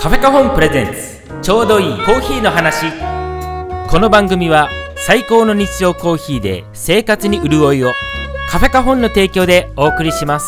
カフェカホンプレゼンツちょうどいいコーヒーの話。この番組は最高の日常コーヒーで生活に潤いを、カフェカホンの提供でお送りします。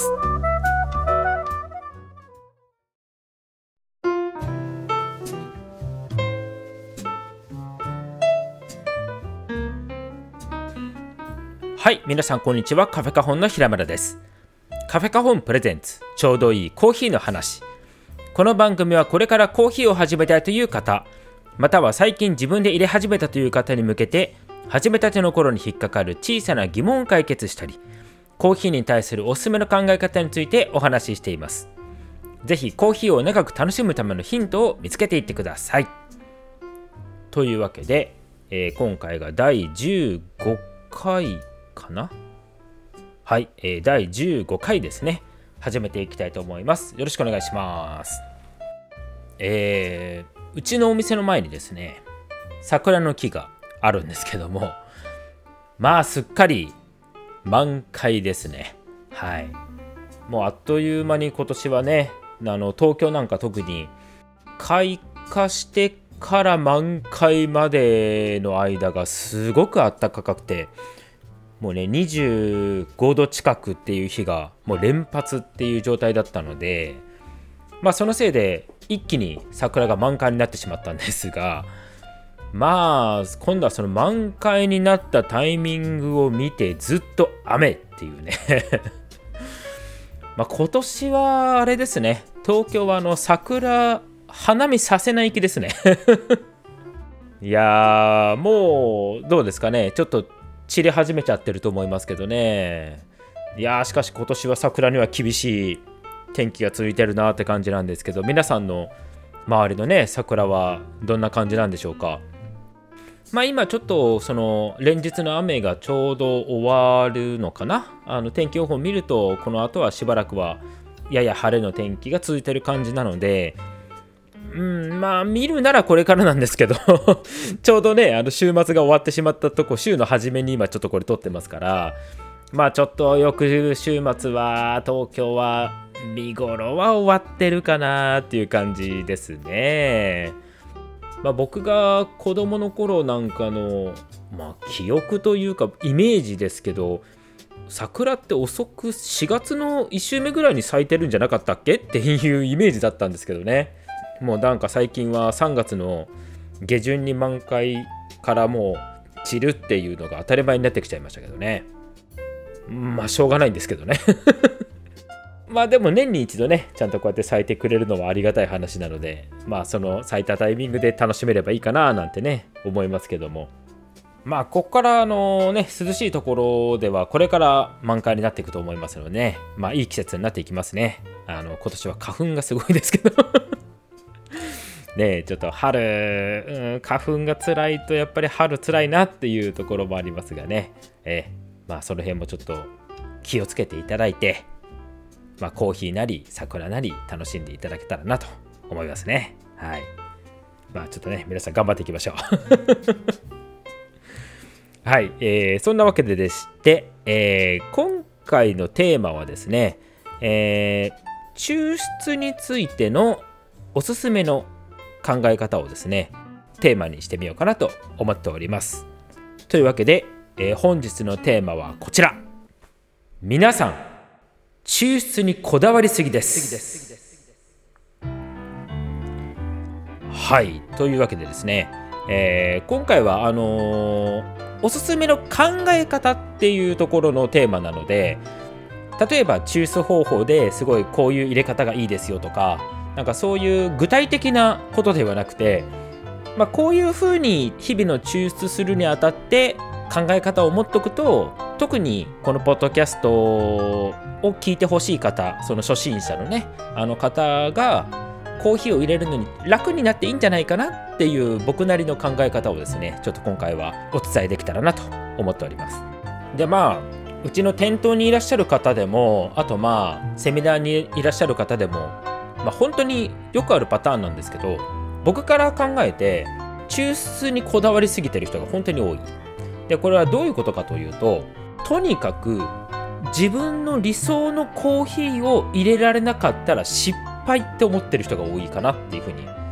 はい、皆さんこんにちは。カフェカホンの平村です。カフェカホンプレゼンツちょうどいいコーヒーの話。この番組はこれからコーヒーを始めたいという方、または最近自分で入れ始めたという方に向けて、始めたての頃に引っかかる小さな疑問を解決したり、コーヒーに対するおすすめの考え方についてお話ししています。ぜひコーヒーを長く楽しむためのヒントを見つけていってください。というわけで、今回が第15回かな。はい、第15回ですね。始めていきたいと思います。よろしくお願いします。うちのお店の前にですね、桜の木があるんですけども、まあすっかり満開ですね。はい。もうあっという間に今年はね、東京なんか特に開花してから満開までの間がすごく暖かくて、もうね25度近くっていう日がもう連発っていう状態だったので、まあそのせいで一気に桜が満開になってしまったんですが、まあ今度はその満開になったタイミングを見てずっと雨っていうねまあ今年はあれですね、東京は桜花見させない気ですねいやー、もうどうですかね、ちょっと散り始めちゃってると思いますけどね。いやー、しかし今年は桜には厳しい天気が続いてるなって感じなんですけど、皆さんの周りのね桜はどんな感じなんでしょうか。まあ今ちょっとその連日の雨がちょうど終わるのかな。天気予報を見るとこの後はしばらくはやや晴れの天気が続いてる感じなので、まあ見るならこれからなんですけどちょうどね週末が終わってしまったとこ、週の初めに今ちょっとこれ撮ってますから、まあちょっと翌週末は東京は見頃は終わってるかなっていう感じですね。まあ僕が子供の頃なんかの記憶というかイメージですけど、桜って遅く4月の1週目ぐらいに咲いてるんじゃなかったっけっていうイメージだったんですけどね。もうなんか最近は3月の下旬に満開からもう散るっていうのが当たり前になってきちゃいましたけどね。まあしょうがないんですけどねまあでも年に一度ねちゃんとこうやって咲いてくれるのはありがたい話なので、まあその咲いたタイミングで楽しめればいいかななんてね思いますけども、まあこっから涼しいところではこれから満開になっていくと思いますのでね、まあいい季節になっていきますね。今年は花粉がすごいですけどねえ、ちょっと春、花粉が辛いとやっぱり春辛いなっていうところもありますがね、まあその辺もちょっと気をつけていただいて、まあコーヒーなり桜なり楽しんでいただけたらなと思いますね。はい。まあちょっとね皆さん頑張っていきましょうはい、そんなわけででして、今回のテーマはですね、抽出についてのおすすめの考え方をですねテーマにしてみようかなと思っております。というわけで、本日のテーマはこちら。皆さん抽出にこだわりすぎです。はい、というわけでですね、今回はおすすめの考え方っていうところのテーマなので、例えば抽出方法ですごいこういう入れ方がいいですよとか、なんかそういう具体的なことではなくて、こういうふうに日々の抽出するにあたって考え方を持っておくと、特にこのポッドキャストを聞いてほしい方、その初心者のね方がコーヒーを入れるのに楽になっていいんじゃないかなっていう僕なりの考え方をですねちょっと今回はお伝えできたらなと思っております。でうちの店頭にいらっしゃる方でも、あとセミナーにいらっしゃる方でも、本当によくあるパターンなんですけど、僕から考えて抽出にこだわりすぎてる人が本当に多い。でこれはどういうことかというと、とにかく自分の理想のコーヒーを入れられなかったら失敗って思ってる人が多いかなっていうふうに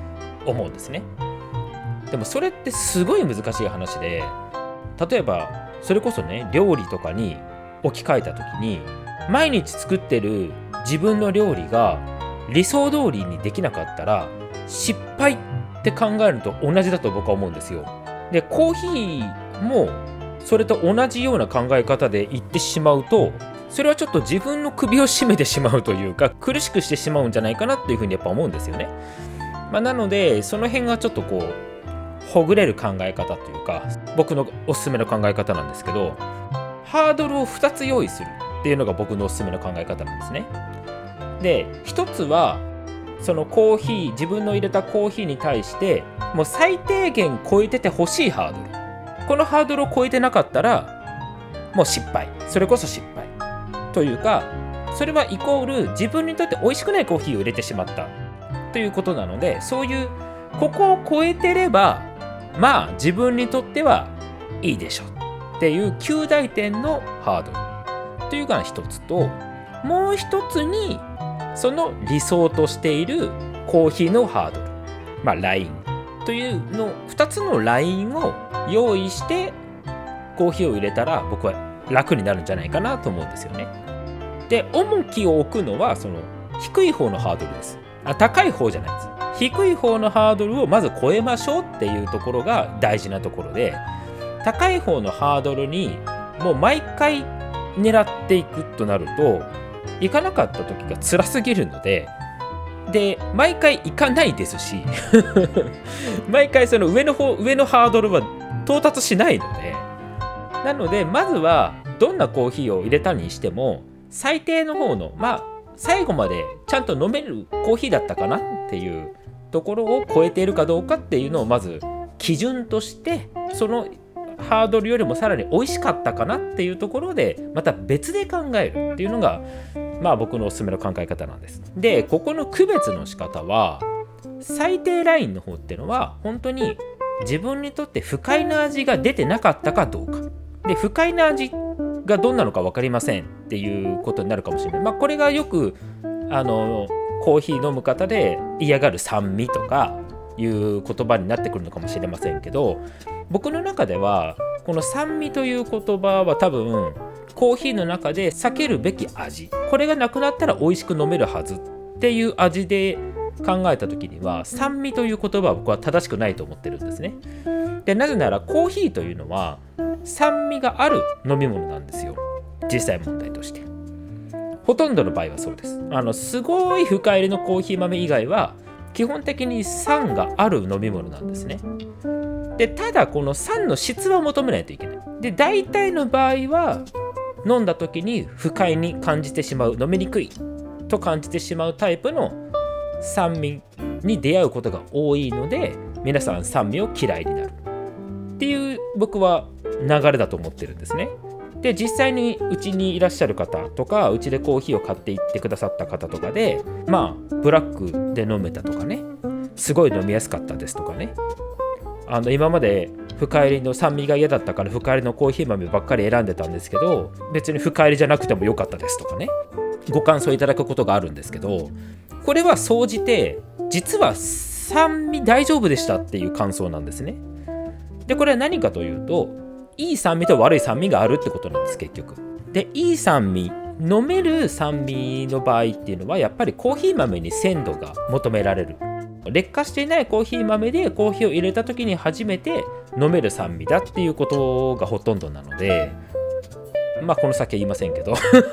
思うんですね。でもそれってすごい難しい話で、例えばそれこそね、料理とかに置き換えた時に、毎日作ってる自分の料理が理想通りにできなかったら失敗って考えると同じだと僕は思うんですよ。でコーヒーもそれと同じような考え方で言ってしまうと、それはちょっと自分の首を絞めてしまうというか、苦しくしてしまうんじゃないかなっていうふうにやっぱ思うんですよね。なのでその辺がちょっとこうほぐれる考え方というか、僕のおすすめの考え方なんですけど、ハードルを2つ用意するっていうのが僕のおすすめの考え方なんですね。で1つはそのコーヒー、自分の入れたコーヒーに対してもう最低限超えててほしいハードル、このハードルを超えてなかったらもう失敗、それこそ失敗というか、それはイコール自分にとって美味しくないコーヒーを入れてしまったということなので、そういうここを超えてればまあ自分にとってはいいでしょっていう及第点のハードルというのが一つと、もう一つにその理想としているコーヒーのハードル、ラインというの2つのラインを用意してコーヒーを入れたら僕は楽になるんじゃないかなと思うんですよね。で重きを置くのはその低い方のハードルです。高い方じゃないです。低い方のハードルをまず超えましょうっていうところが大事なところで、高い方のハードルにもう毎回狙っていくとなると、行かなかった時が辛すぎるので、毎回行かないですし毎回その上のハードルは到達しないので、なのでまずはどんなコーヒーを入れたにしても最低の方の最後までちゃんと飲めるコーヒーだったかなっていうところを超えているかどうかっていうのをまず基準として、そのハードルよりもさらに美味しかったかなっていうところでまた別で考えるっていうのが僕のおすすめの考え方なんです。でここの区別の仕方は、最低ラインの方っていうのは本当に自分にとって不快な味が出てなかったかどうかで、不快な味がどんなのか分かりませんっていうことになるかもしれない。これがよくコーヒー飲む方で嫌がる酸味とかいう言葉になってくるのかもしれませんけど、僕の中ではこの酸味という言葉は多分コーヒーの中で避けるべき味、これがなくなったら美味しく飲めるはずっていう味で考えた時には、酸味という言葉は僕は正しくないと思ってるんですね。でなぜならコーヒーというのは酸味がある飲み物なんですよ、実際問題として。ほとんどの場合はそうです。すごい深入りのコーヒー豆以外は基本的に酸がある飲み物なんですね。でただこの酸の質は求めないといけない。で大体の場合は飲んだ時に不快に感じてしまう、飲みにくいと感じてしまうタイプの酸味に出会うことが多いので、皆さん酸味を嫌いになるっていう僕は流れだと思ってるんですね。で実際にうちにいらっしゃる方とか、うちでコーヒーを買っていってくださった方とかで、ブラックで飲めたとかね、すごい飲みやすかったですとかね、今まで深入りの酸味が嫌だったから深入りのコーヒー豆ばっかり選んでたんですけど、別に深入りじゃなくてもよかったですとかね、ご感想いただくことがあるんですけど、これは総じて実は酸味大丈夫でしたっていう感想なんですね。でこれは何かというと、いい酸味と悪い酸味があるってことなんです、結局。でいい酸味、飲める酸味の場合っていうのはやっぱりコーヒー豆に鮮度が求められる。劣化していないコーヒー豆でコーヒーを入れた時に初めて飲める酸味だっていうことがほとんどなので、この先は言いませんけど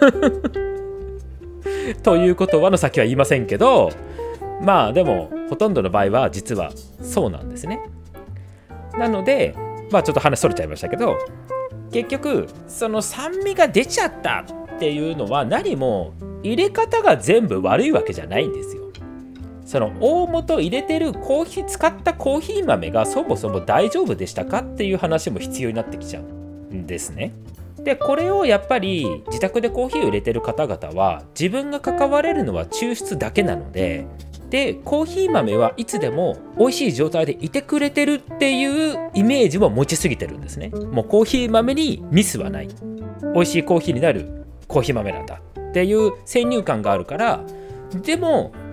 ということはの先は言いませんけど、でもほとんどの場合は実はそうなんですね。なのでちょっと話それちゃいましたけど、結局その酸味が出ちゃったっていうのは何も入れ方が全部悪いわけじゃないんですよ。その大元入れてる使ったコーヒー豆がそもそも大丈夫でしたかっていう話も必要になってきちゃうんですね。でこれをやっぱり自宅でコーヒーを入れてる方々は自分が関われるのは抽出だけなので、コーヒー豆はいつでも美味しい状態でいてくれてるっていうイメージを持ちすぎてるんですね。もうコーヒー豆にミスはない、美味しいコーヒーになるコーヒー豆なんだっていう先入観があるから。でも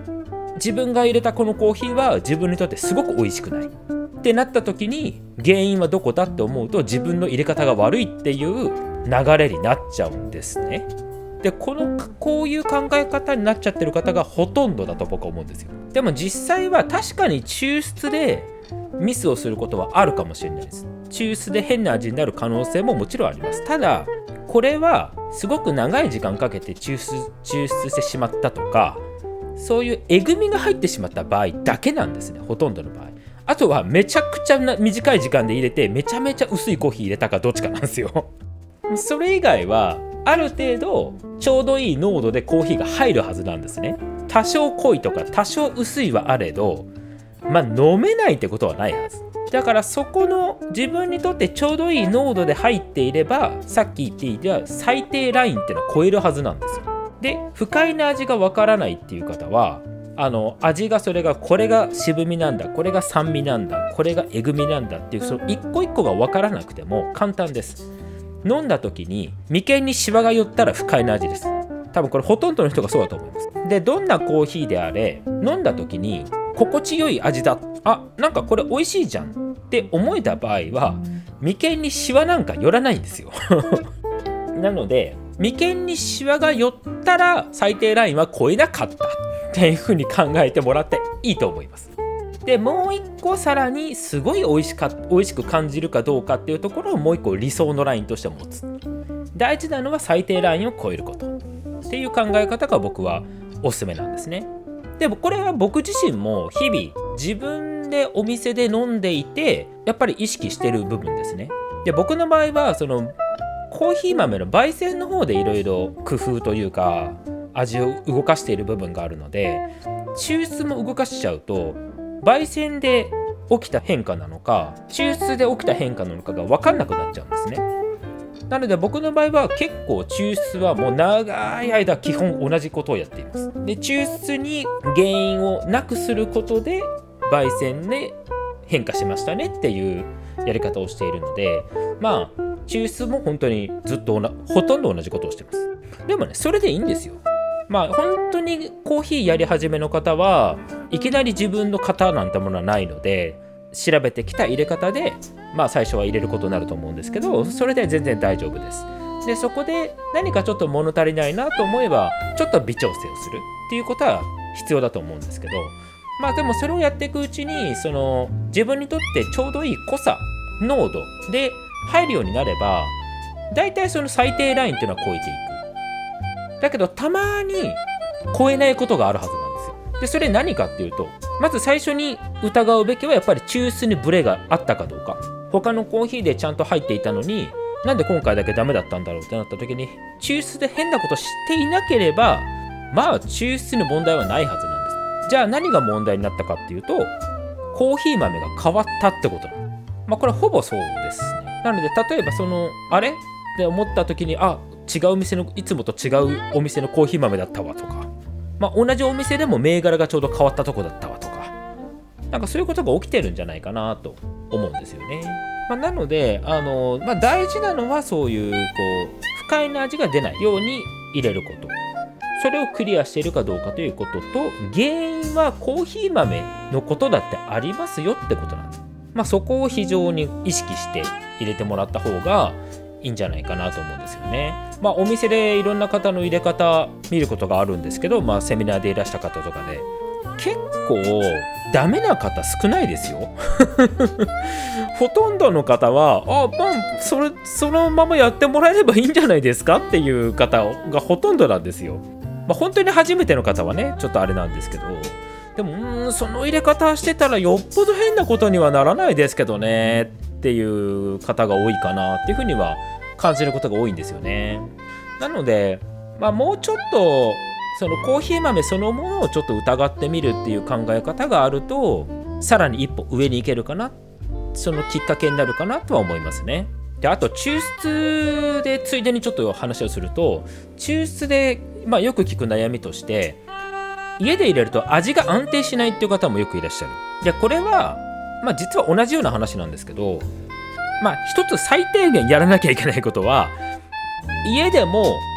自分が入れたこのコーヒーは自分にとってすごく美味しくないってなった時に、原因はどこだって思うと自分の入れ方が悪いっていう流れになっちゃうんですね。でこういう考え方になっちゃってる方がほとんどだと僕は思うんですよ。でも実際は確かに抽出でミスをすることはあるかもしれないです。抽出で変な味になる可能性ももちろんあります。ただこれはすごく長い時間かけて抽出してしまったとか、そういうえぐみが入ってしまった場合だけなんですね、ほとんどの場合。あとはめちゃくちゃ短い時間で入れてめちゃめちゃ薄いコーヒー入れたかどっちかなんですよ。それ以外はある程度ちょうどいい濃度でコーヒーが入るはずなんですね。多少濃いとか多少薄いはあれど、飲めないってことはないはずだから、そこの自分にとってちょうどいい濃度で入っていれば、さっき言っていた最低ラインっていうのは超えるはずなんですよ。で不快な味がわからないっていう方は、味がこれが渋みなんだ、これが酸味なんだ、これがえぐみなんだっていうその一個一個がわからなくても簡単です。飲んだ時に眉間にシワが寄ったら不快な味です。多分これほとんどの人がそうだと思います。でどんなコーヒーであれ、飲んだ時に心地よい味だ、なんかこれ美味しいじゃんって思えた場合は眉間にシワなんか寄らないんですよ。なので眉間にシワが寄ったら最低ラインは超えなかったっていう風に考えてもらっていいと思います。でもう一個さらにすごい美味しく感じるかどうかっていうところをもう一個理想のラインとして持つ。大事なのは最低ラインを超えることっていう考え方が僕はおすすめなんですね。でもこれは僕自身も日々自分でお店で飲んでいてやっぱり意識してる部分ですね。で僕の場合はそのコーヒー豆の焙煎の方でいろいろ工夫というか味を動かしている部分があるので、抽出も動かしちゃうと焙煎で起きた変化なのか抽出で起きた変化なのかが分かんなくなっちゃうんですね。なので僕の場合は結構抽出はもう長い間基本同じことをやっています。で抽出に原因をなくすることで焙煎で変化しましたねっていうやり方をしているので、抽出も本当にずっとほとんど同じことをしてます。でもねそれでいいんですよ。本当にコーヒーやり始めの方はいきなり自分の型なんてものはないので、調べてきた入れ方で最初は入れることになると思うんですけど、それで全然大丈夫です。でそこで何かちょっと物足りないなと思えばちょっと微調整をするっていうことは必要だと思うんですけど、でもそれをやっていくうちにその自分にとってちょうどいい濃さ濃度で入るようになれば、だいたいその最低ラインっていうのは超えていく。だけどたまに超えないことがあるはずなんですよ。でそれ何かっていうと、まず最初に疑うべきはやっぱり抽出にブレがあったかどうか。他のコーヒーでちゃんと入っていたのになんで今回だけダメだったんだろうってなった時に、抽出で変なことしていなければ抽出の問題はないはずなんです。じゃあ何が問題になったかっていうと、コーヒー豆が変わったってことなの。これはほぼそうですね。なので例えばあれって思った時に違う店のいつもと違うお店のコーヒー豆だったわとか、同じお店でも銘柄がちょうど変わったとこだったわとか、なんかそういうことが起きてるんじゃないかなと思うんですよね。なので大事なのはそういう不快な味が出ないように入れること、それをクリアしているかどうかということと、原因はコーヒー豆のことだってありますよってことなんです。そこを非常に意識して入れてもらった方がいいんじゃないかなと思うんですよね。お店でいろんな方の入れ方見ることがあるんですけど、セミナーでいらした方とかで結構ダメな方少ないですよ。ほとんどの方はそのままやってもらえればいいんじゃないですかっていう方がほとんどなんですよ。本当に初めての方はねちょっとあれなんですけど、でもその入れ方してたらよっぽど変なことにはならないですけどねっていう方が多いかなっていうふうには感じることが多いんですよね。なのでもうちょっとそのコーヒー豆そのものをちょっと疑ってみるっていう考え方があると、さらに一歩上に行けるかな、そのきっかけになるかなとは思いますね。であと抽出でついでにちょっと話をすると、抽出でよく聞く悩みとして家で入れると味が安定しないっていう方もよくいらっしゃる。でこれは実は同じような話なんですけど、一つ最低限やらなきゃいけないことは、家でも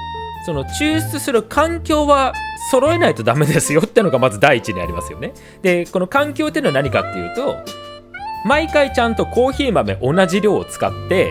その抽出する環境は揃えないとダメですよってのがまず第一にありますよね。でこの環境っていうのは何かっていうと、毎回ちゃんとコーヒー豆同じ量を使って、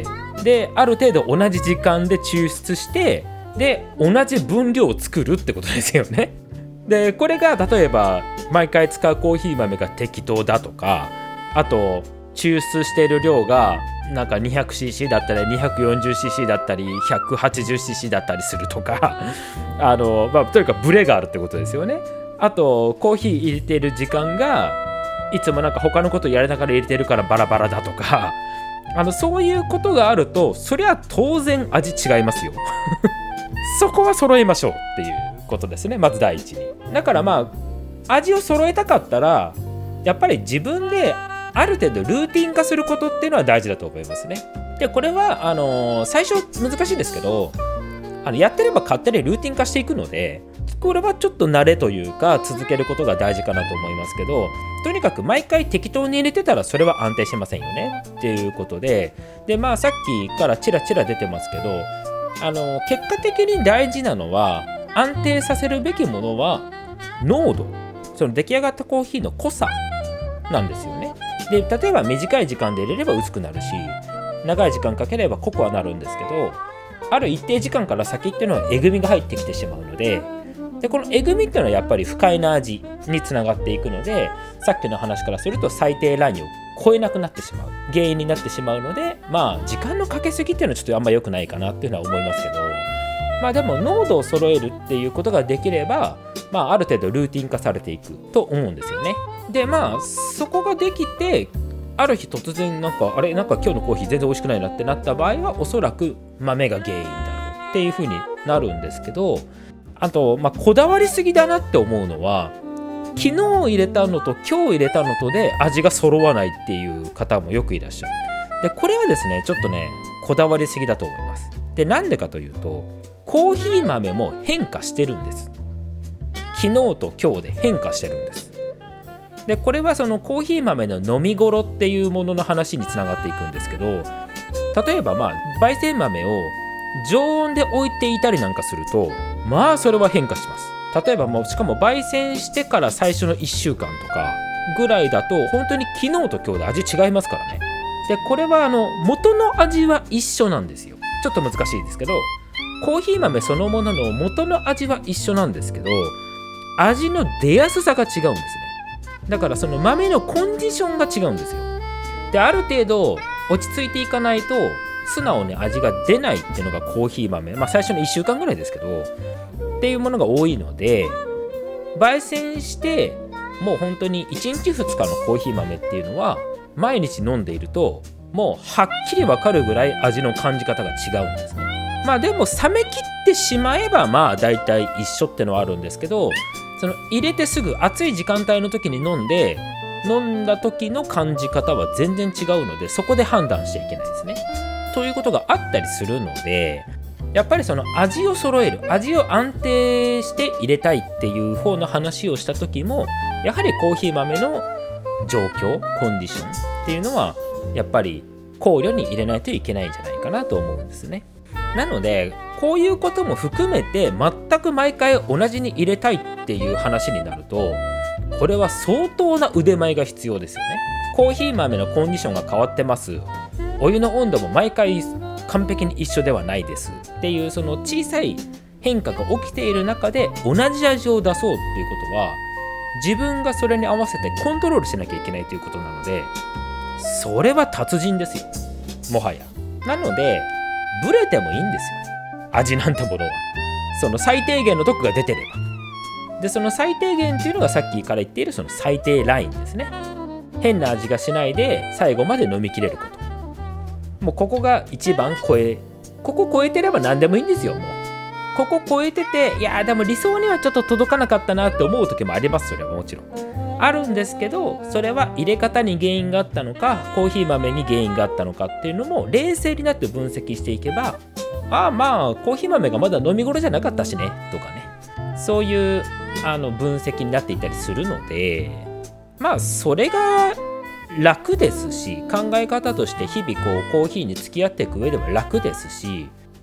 である程度同じ時間で抽出して、で同じ分量を作るってことですよね。でこれが例えば毎回使うコーヒー豆が適当だとか、あと抽出している量がなんか 200cc だったり 240cc だったり 180cc だったりするとかとにかくブレがあるってことですよね。あとコーヒー入れている時間がいつもなんか他のことやりながら入れてるからバラバラだとかそういうことがあると、そりゃ当然味違いますよそこは揃えましょうっていうことですね、まず第一に。だから味を揃えたかったらやっぱり自分である程度ルーティン化することっていうのは大事だと思いますね。でこれは最初難しいんですけど、やってれば勝手にルーティン化していくので、これはちょっと慣れというか続けることが大事かなと思いますけど、とにかく毎回適当に入れてたらそれは安定しませんよねっていうことで、さっきからチラチラ出てますけど、結果的に大事なのは、安定させるべきものは濃度、その出来上がったコーヒーの濃さなんですよね。で例えば短い時間で入れれば薄くなるし、長い時間かければ濃くはなるんですけど、ある一定時間から先っていうのはえぐみが入ってきてしまうので、このえぐみっていうのはやっぱり不快な味につながっていくので、さっきの話からすると最低ラインを超えなくなってしまう原因になってしまうので、時間のかけすぎっていうのはちょっとあんま良くないかなっていうのは思いますけど、でも濃度を揃えるっていうことができれば、ある程度ルーティン化されていくと思うんですよね。でそこができて、ある日突然なんか今日のコーヒー全然美味しくないなってなった場合は、おそらく豆が原因だろうっていう風になるんですけど、あとこだわりすぎだなって思うのは、昨日入れたのと今日入れたのとで味が揃わないっていう方もよくいらっしゃる。でこれはですね、ちょっとねこだわりすぎだと思います。でなんでかというと、コーヒー豆も変化してるんです。昨日と今日で変化してるんです。でこれはそのコーヒー豆の飲み頃っていうものの話につながっていくんですけど、例えば焙煎豆を常温で置いていたりなんかすると、それは変化します。例えばしかも焙煎してから最初の1週間とかぐらいだと、本当に昨日と今日で味違いますからね。でこれは元の味は一緒なんですよ。ちょっと難しいですけど、コーヒー豆そのものの元の味は一緒なんですけど、味の出やすさが違うんですね。だからその豆のコンディションが違うんですよ。である程度落ち着いていかないと素直に味が出ないっていうのがコーヒー豆、最初の1週間ぐらいですけどっていうものが多いので、焙煎してもう本当に1日2日のコーヒー豆っていうのは毎日飲んでいるともうはっきり分かるぐらい味の感じ方が違うんですね。でも冷め切ってしまえばだいたい一緒ってのはあるんですけど、その入れてすぐ暑い時間帯の時に飲んだ時の感じ方は全然違うので、そこで判断しちゃいけないですねということがあったりするので、やっぱりその味を揃える、味を安定して入れたいっていう方の話をした時も、やはりコーヒー豆の状況コンディションっていうのはやっぱり考慮に入れないといけないんじゃないかなと思うんですね。なのでこういうことも含めて全く毎回同じに入れたいっていう話になると、これは相当な腕前が必要ですよね。コーヒー豆のコンディションが変わってます、お湯の温度も毎回完璧に一緒ではないですっていう、その小さい変化が起きている中で同じ味を出そうっていうことは、自分がそれに合わせてコントロールしなきゃいけないということなので、それは達人ですよ、もはや。なのでブレてもいいんですよ、味なんてものは。その最低限のとこが出てれば。でその最低限っていうのがさっきから言っているその最低ラインですね。変な味がしないで最後まで飲みきれること、もうここが一番ここ超えてれば何でもいいんですよ。もうここ超えてて、いやでも理想にはちょっと届かなかったなって思う時もあります。それはもちろんあるんですけど、それは入れ方に原因があったのか、コーヒー豆に原因があったのかっていうのも冷静になって分析していけば、コーヒー豆がまだ飲み頃じゃなかったしねとかね、そういう分析になっていたりするので、それが楽ですし、考え方として日々コーヒーに付き合っていく上では楽ですし、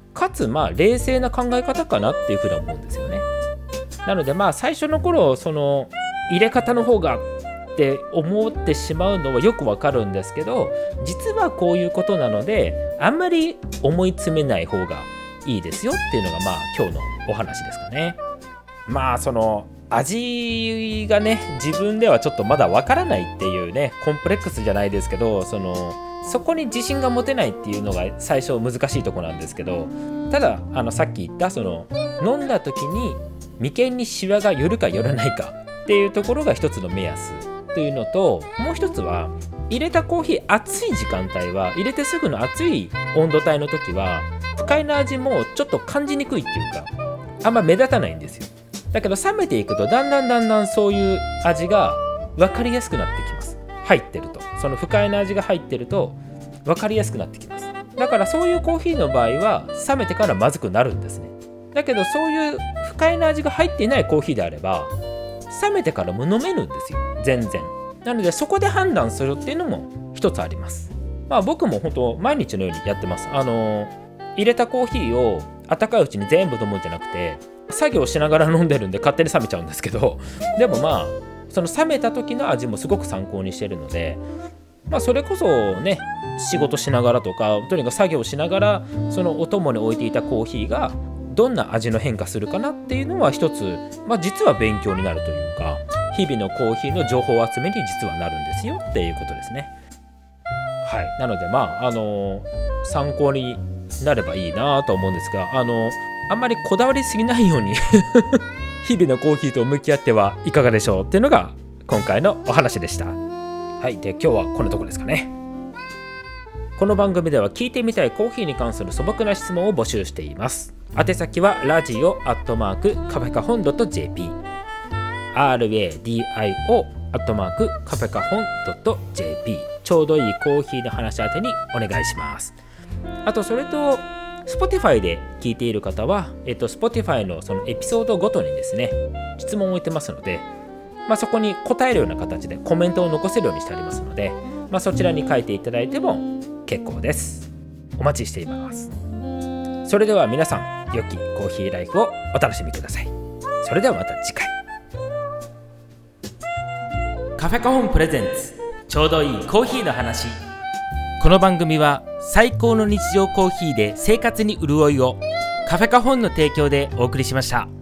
かつ冷静な考え方かなっていうふうに思うんですよね。なので最初の頃その入れ方の方がって思ってしまうのはよくわかるんですけど、実はこういうことなのであんまり思い詰めない方がいいですよっていうのが今日のお話ですかね。その味がね、自分ではちょっとまだわからないっていうね、コンプレックスじゃないですけど、そこに自信が持てないっていうのが最初難しいとこなんですけど、たださっき言った飲んだ時に眉間にシワが寄るか寄らないかっていうところが一つの目安というのと、もう一つは入れたコーヒー熱い時間帯は、入れてすぐの熱い温度帯の時は不快な味もちょっと感じにくいっていうか、あんま目立たないんですよ。だけど冷めていくとだんだんそういう味が分かりやすくなってきます。入ってると、その不快な味が入ってると分かりやすくなってきます。だからそういうコーヒーの場合は冷めてからまずくなるんですね。だけどそういう不快な味が入っていないコーヒーであれば冷めてからも飲めるんですよ、全然。なのでそこで判断するっていうのも一つあります。僕も本当毎日のようにやってます。入れたコーヒーを温かいうちに全部飲むんじゃなくて、作業しながら飲んでるんで勝手に冷めちゃうんですけど、でもその冷めた時の味もすごく参考にしてるので、それこそね、仕事しながらとかとにかく作業しながらそのお供に置いていたコーヒーがどんな味の変化するかなっていうのは一つ、実は勉強になるというか、日々のコーヒーの情報集めに実はなるんですよっていうことですね。はい、なので参考になればいいなと思うんですが、あんまりこだわりすぎないように日々のコーヒーと向き合ってはいかがでしょうっていうのが今回のお話でした。はい、で今日はこんなところですかね。この番組では聞いてみたいコーヒーに関する素朴な質問を募集しています。宛先はradio@cafecajon.jp radio@cafecajon.jp ちょうどいいコーヒーの話宛てにお願いします。あとそれとSpotify で聞いている方は、Spotify のそのエピソードごとにですね、質問を置いてますので、そこに答えるような形でコメントを残せるようにしてありますので、そちらに書いていただいても結構です。お待ちしています。それでは皆さん、良きコーヒーライフをお楽しみください。それではまた次回。カフェカホンプレゼンツ、ちょうどいいコーヒーの話。この番組は最高の日常コーヒーで生活に潤いを、カフェカホンの提供でお送りしました。